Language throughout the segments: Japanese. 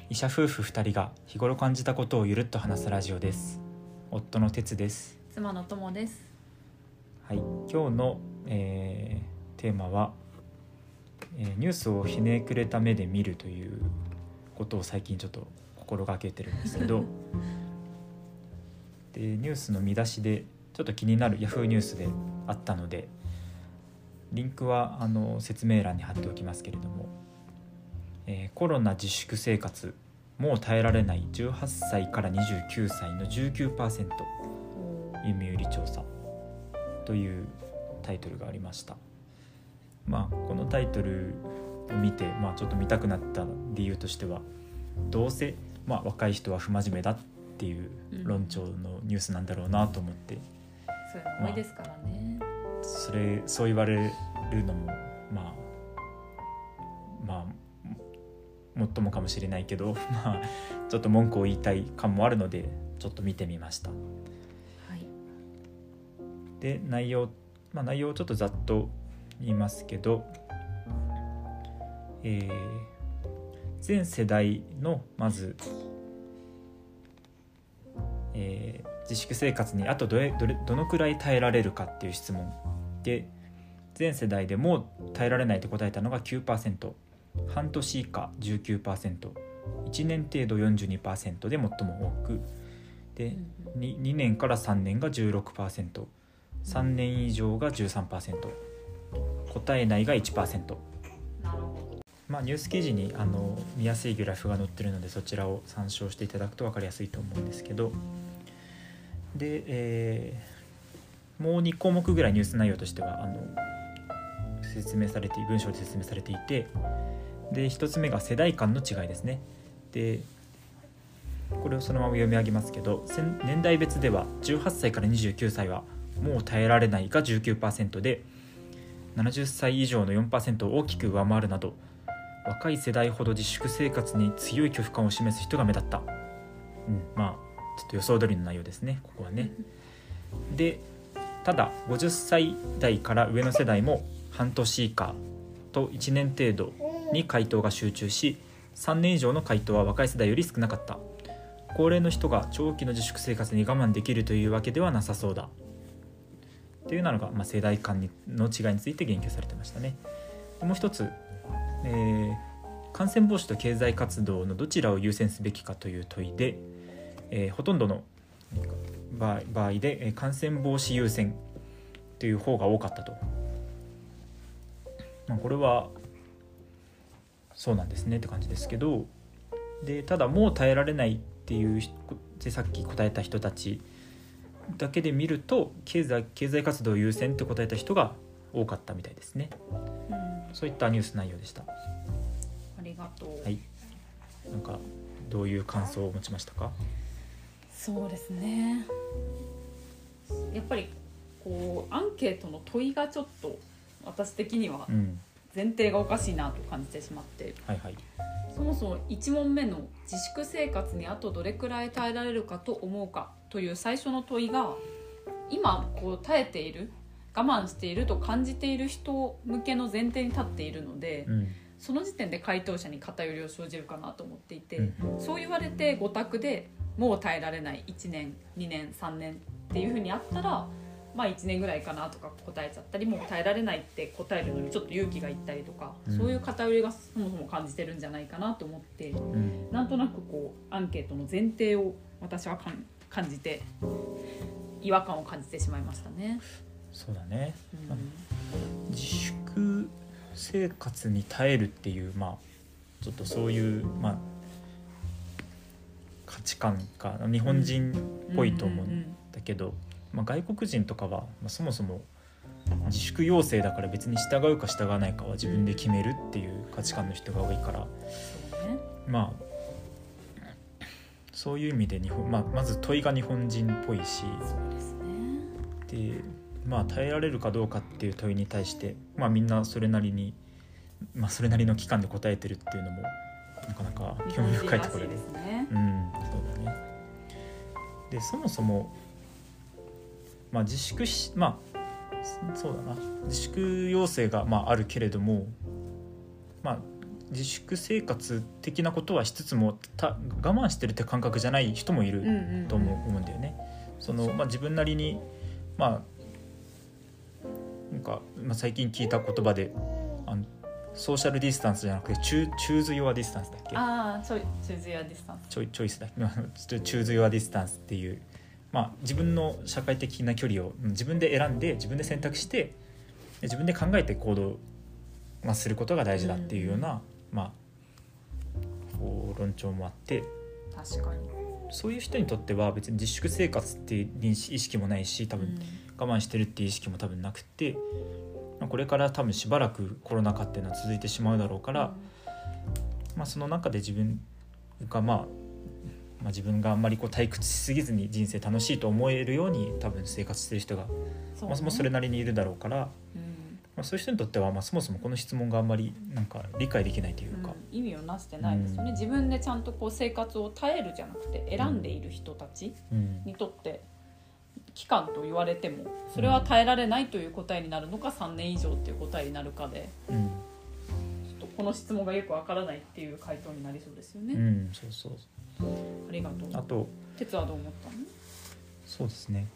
医者夫婦2人が日頃感じたことをゆるっと話すラジオです。夫の哲です。 妻の友です。 はい、今日の、テーマは、ニュースをひねくれた目で見るということを最近ちょっと心がけてるんですけどでニュースの見出しでちょっと気になるヤフーニュースであったので、リンクは説明欄に貼っておきますけれども、コロナ自粛生活もう耐えられない18歳から29歳の 19% 読売調査というタイトルがありました。このタイトルを見て、ちょっと見たくなった理由としては、どうせ、若い人は不真面目だっていう論調のニュースなんだろうなと思って、 そういうの多いですからね。 そう言われるのももっともかもしれないけどちょっと文句を言いたい感もあるのでちょっと見てみました。はい、で内容をちょっとざっと言いますけど、全世代のまず、自粛生活にあとどのくらい耐えられるかっていう質問で、全世代でも耐えられないと答えたのが 9%、 半年以下 19%、 1年程度 42% で最も多くで、2年から3年が 16%、 3年以上が 13%、 答えないが 1%。 ニュース記事に見やすいグラフが載ってるので、そちらを参照していただくと分かりやすいと思うんですけど、で、もう2項目ぐらいニュース内容としては文章で説明されていて、で1つ目が世代間の違いですね。でこれをそのまま読み上げますけど、年代別では18歳から29歳はもう耐えられないが 19% で、70歳以上の 4% を大きく上回るなど、若い世代ほど自粛生活に強い拒否感を示す人が目立った。ちょっと予想通りの内容ですね、ここはね。でただ50歳代から上の世代も半年以下と1年程度に回答が集中し、3年以上の回答は若い世代より少なかった。高齢の人が長期の自粛生活に我慢できるというわけではなさそうだというのが、世代間の違いについて言及されてましたね。もう一つ、感染防止と経済活動のどちらを優先すべきかという問いで、ほとんどの場合で感染防止優先という方が多かったと。これはそうなんですねって感じですけど、でただもう耐えられないっていうさっき答えた人たちだけで見ると、経済活動優先って答えた人が多かったみたいですね。そういったニュース内容でした。 ありがとう。 はい、なんかどういう感想を持ちましたか？ そうですね、やっぱりアンケートの問いがちょっと私的には前提がおかしいなと感じてしまって、そもそも1問目の自粛生活にあとどれくらい耐えられるかと思うかという最初の問いが、今耐えている我慢していると感じている人向けの前提に立っているので、その時点で回答者に偏りを生じるかなと思っていて、そう言われて5択でもう耐えられない1年2年3年っていう風にあったら、1年ぐらいかなとか答えちゃったり、もう耐えられないって答えるのにちょっと勇気がいったりとか、そういう偏りがそもそも感じてるんじゃないかなと思って、なんとなくアンケートの前提を私は感じて違和感を感じてしまいましたね。 そうだね、自粛生活に耐えるっていう、ちょっとそういう、価値観が日本人っぽいと思うんだけど、外国人とかは、そもそも自粛要請だから別に従うか従わないかは自分で決めるっていう価値観の人が多いから、そういう意味でまず問いが日本人っぽいし、で耐えられるかどうかっていう問いに対して、みんなそれなりの期間で答えてるっていうのもなかなか興味深いところで、 ですね。 そうだね。でそもそも自粛そうだな、自粛要請があるけれども、 自粛生活的なことはしつつも我慢してるって感覚じゃない人もいると思うんだよね。自分なりに、最近聞いた言葉でソーシャルディスタンスじゃなくてチューズ・ヨア・ディスタンスだっけ。 チューズ・ヨア・ディスタンス、 チョイスだっけチューズ・ヨア・ディスタンスっていう、自分の社会的な距離を自分で選んで自分で選択して自分で考えて行動、することが大事だっていうような、論調もあって、 確かにそういう人にとっては別に自粛生活っていう意識もないし、多分我慢してるっていう意識も多分なくて、これから多分しばらくコロナ禍っていうのは続いてしまうだろうから、その中で自分が自分があんまり退屈しすぎずに人生楽しいと思えるように多分生活してる人がそれなりにいるだろうから、そういう人にとっては、そもそもこの質問があんまり理解できないというか、 意味をなしてないですよね。自分でちゃんと生活を耐えるじゃなくて選んでいる人たちにとって期間と言われてもそれは耐えられないという答えになるのか、3年以上っていう答えになるかで、ちょっとこの質問がよくわからないっていう回答になりそうですよね。 そうありがとう。 あと哲はどう思ったの？ そうですね、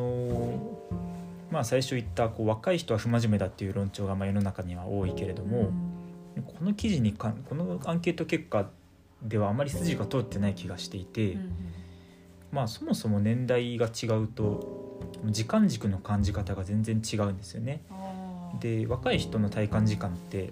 最初言った若い人は不真面目だっていう論調が世の中には多いけれども、この記事このアンケート結果ではあまり筋が通ってない気がしていて、そもそも年代が違うと時間軸の感じ方が全然違うんですよね。で、若い人の体感時間って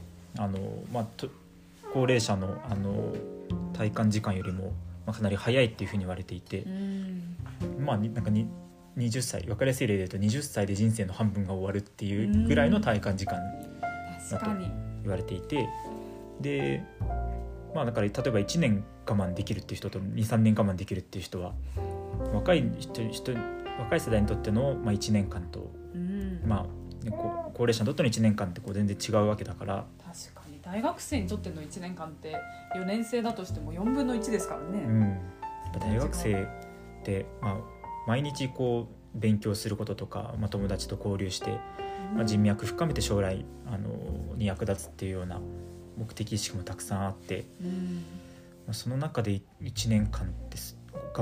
高齢者の体感時間よりもかなり早いっていうふうに言われていて、20歳、分かりやすい例で言うと20歳で人生の半分が終わるっていうぐらいの体感時間だと言われていて、で、だから例えば1年我慢できるっていう人と 2,3 年我慢できるっていう人は若い世代にとっての1年間と、高齢者にとっての1年間って全然違うわけだから。 確かに大学生にとっての1年間って4年生だとしても4分の1ですからね。 大学生って毎日勉強することとか、友達と交流して、人脈深めて将来に役立つっていうような目的意識もたくさんあって、その中で1年間ってす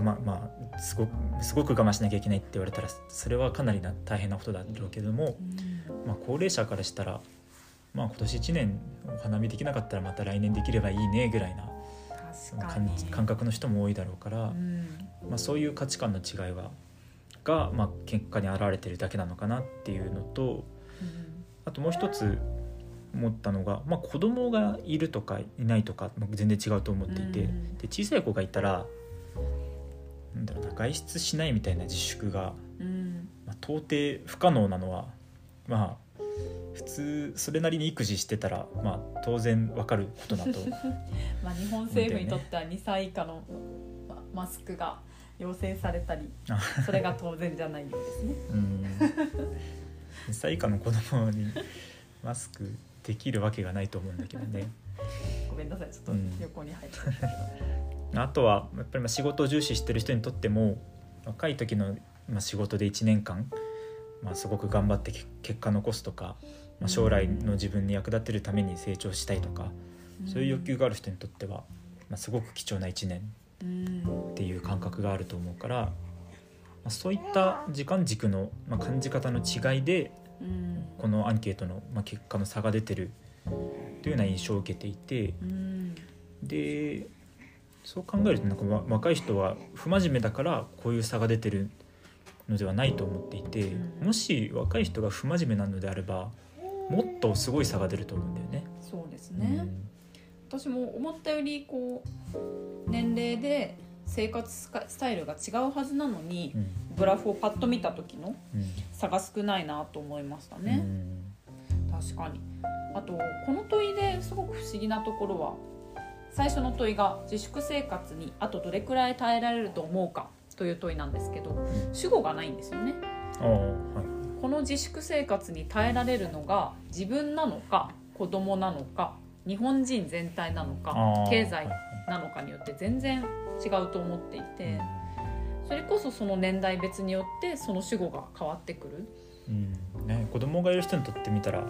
ごく我慢しなきゃいけないって言われたらそれはかなり大変なことだろうけども、高齢者からしたら、今年1年お花見できなかったらまた来年できればいいねぐらいな感覚の人も多いだろうから、そういう価値観の違いが結果に現れてるだけなのかなっていうのと、あともう一つ思ったのが、子供がいるとかいないとか全然違うと思っていて、で小さい子がいたら外出しないみたいな自粛が、到底不可能なのは普通それなりに育児してたら当然分かることだと日本政府にとっては2歳以下のマスクが要請されたりそれが当然じゃないようですね。 2歳以下の子供にマスクできるわけがないと思うんだけどね。 ごめんなさい、ちょっと横に入ってあとはやっぱり仕事を重視してる人にとっても若い時の仕事で1年間、すごく頑張って結果残すとか、将来の自分に役立てるために成長したいとか、そういう欲求がある人にとっては、すごく貴重な1年っていう感覚があると思うから、そういった時間軸の感じ方の違いで、このアンケートの結果の差が出てるというような印象を受けていて、でそう考えると若い人は不真面目だからこういう差が出てるのではないと思っていて、もし若い人が不真面目なのであればもっとすごい差が出ると思うんだよね。 そうですね、私も思ったより年齢で生活スタイルが違うはずなのに、グラフをパッと見た時の差が少ないなと思いましたね。確かに。あとこの問いですごく不思議なところは、最初の問いが自粛生活にあとどれくらい耐えられると思うかという問いなんですけど、主語がないんですよね。この自粛生活に耐えられるのが自分なのか子供なのか日本人全体なのか経済なのかによって全然違うと思っていて、それこそその年代別によってその主語が変わってくる。 子供がいる人にとってみたら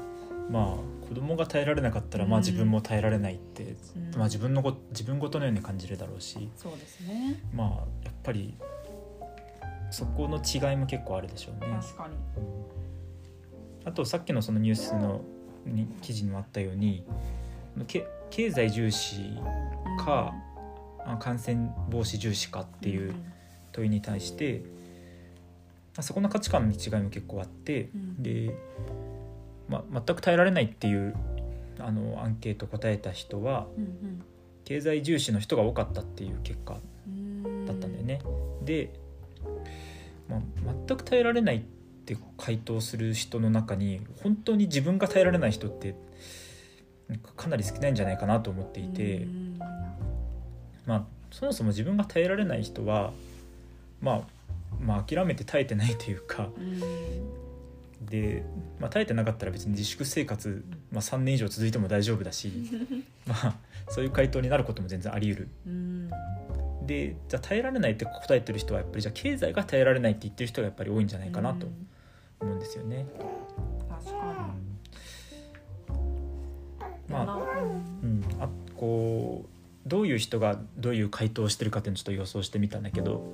まあ子供が耐えられなかったら、まあ自分も耐えられないって、まあ、自分ごとのように感じるだろうし、 そうですね。 まあやっぱりそこの違いも結構あるでしょうね。 確かに。 あとさっきのそのニュースの記事にもあったように、経済重視か、感染防止重視かっていう問いに対して、そこの価値観の違いも結構あって、で、全く耐えられないっていうアンケート答えた人は、経済重視の人が多かったっていう結果だったんだよね。で、全く耐えられないって回答する人の中に本当に自分が耐えられない人ってかなり少ないんじゃないかなと思っていて、そもそも自分が耐えられない人は諦めて耐えてないというか、で、耐えてなかったら別に自粛生活、3年以上続いても大丈夫だしそういう回答になることも全然あり得る。で、じゃあ耐えられないって答えてる人はやっぱり、じゃあ経済が耐えられないって言ってる人がやっぱり多いんじゃないかなと思うんですよね。 確かに。どういう人がどういう回答をしてるかっていうのをちょっと予想してみたんだけど、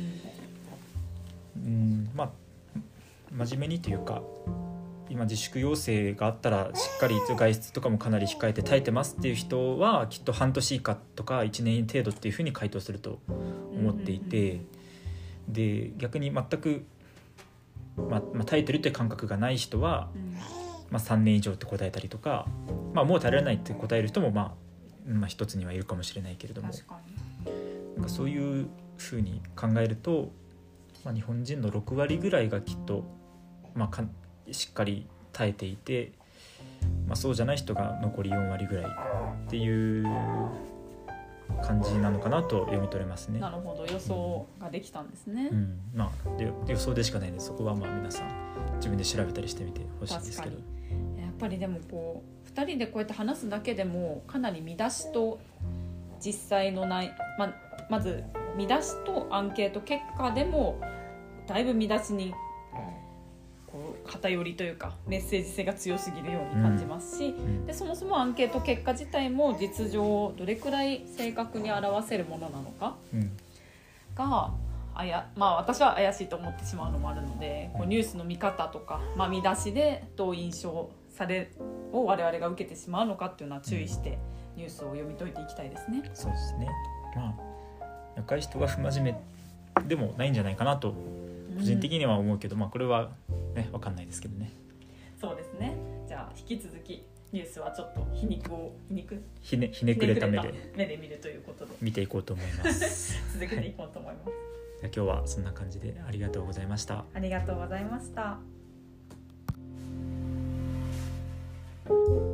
真面目にというか、今自粛要請があったらしっかり外出とかもかなり控えて耐えてますっていう人はきっと半年以下とか1年程度っていうふうに回答すると思っていて、で逆に全く、耐えてるって感覚がない人は、3年以上って答えたりとか、もう耐えられないって答える人も一つにはいるかもしれないけれども、なんかそういうふうに考えると、日本人の6割ぐらいがきっと、しっかり耐えていて、そうじゃない人が残り4割ぐらいっていう感じなのかなと読み取れますね。 なるほど、予想ができたんですね。 予想でしかないので、そこは皆さん自分で調べたりしてみてほしいんですけど、 やっぱりでも2人でこうやって話すだけでもかなり見出しと実際のまず見出しとアンケート結果でもだいぶ見出しに偏りというかメッセージ性が強すぎるように感じますし、でそもそもアンケート結果自体も実情をどれくらい正確に表せるものなのかが、私は怪しいと思ってしまうのもあるので、ニュースの見方とか、見出しでどう印象されを我々が受けてしまうのかっていうのは注意してニュースを読み解いていきたいですね。 そうですね。若い人が不真面目でもないんじゃないかなと個人的には思うけど、これはね、分かんないですけどね。 そうですね。じゃあ引き続きニュースはちょっとひねくれた目で見るということで見ていこうと思います続けていこうと思いますじゃあ今日はそんな感じでありがとうございました。 ありがとうございました。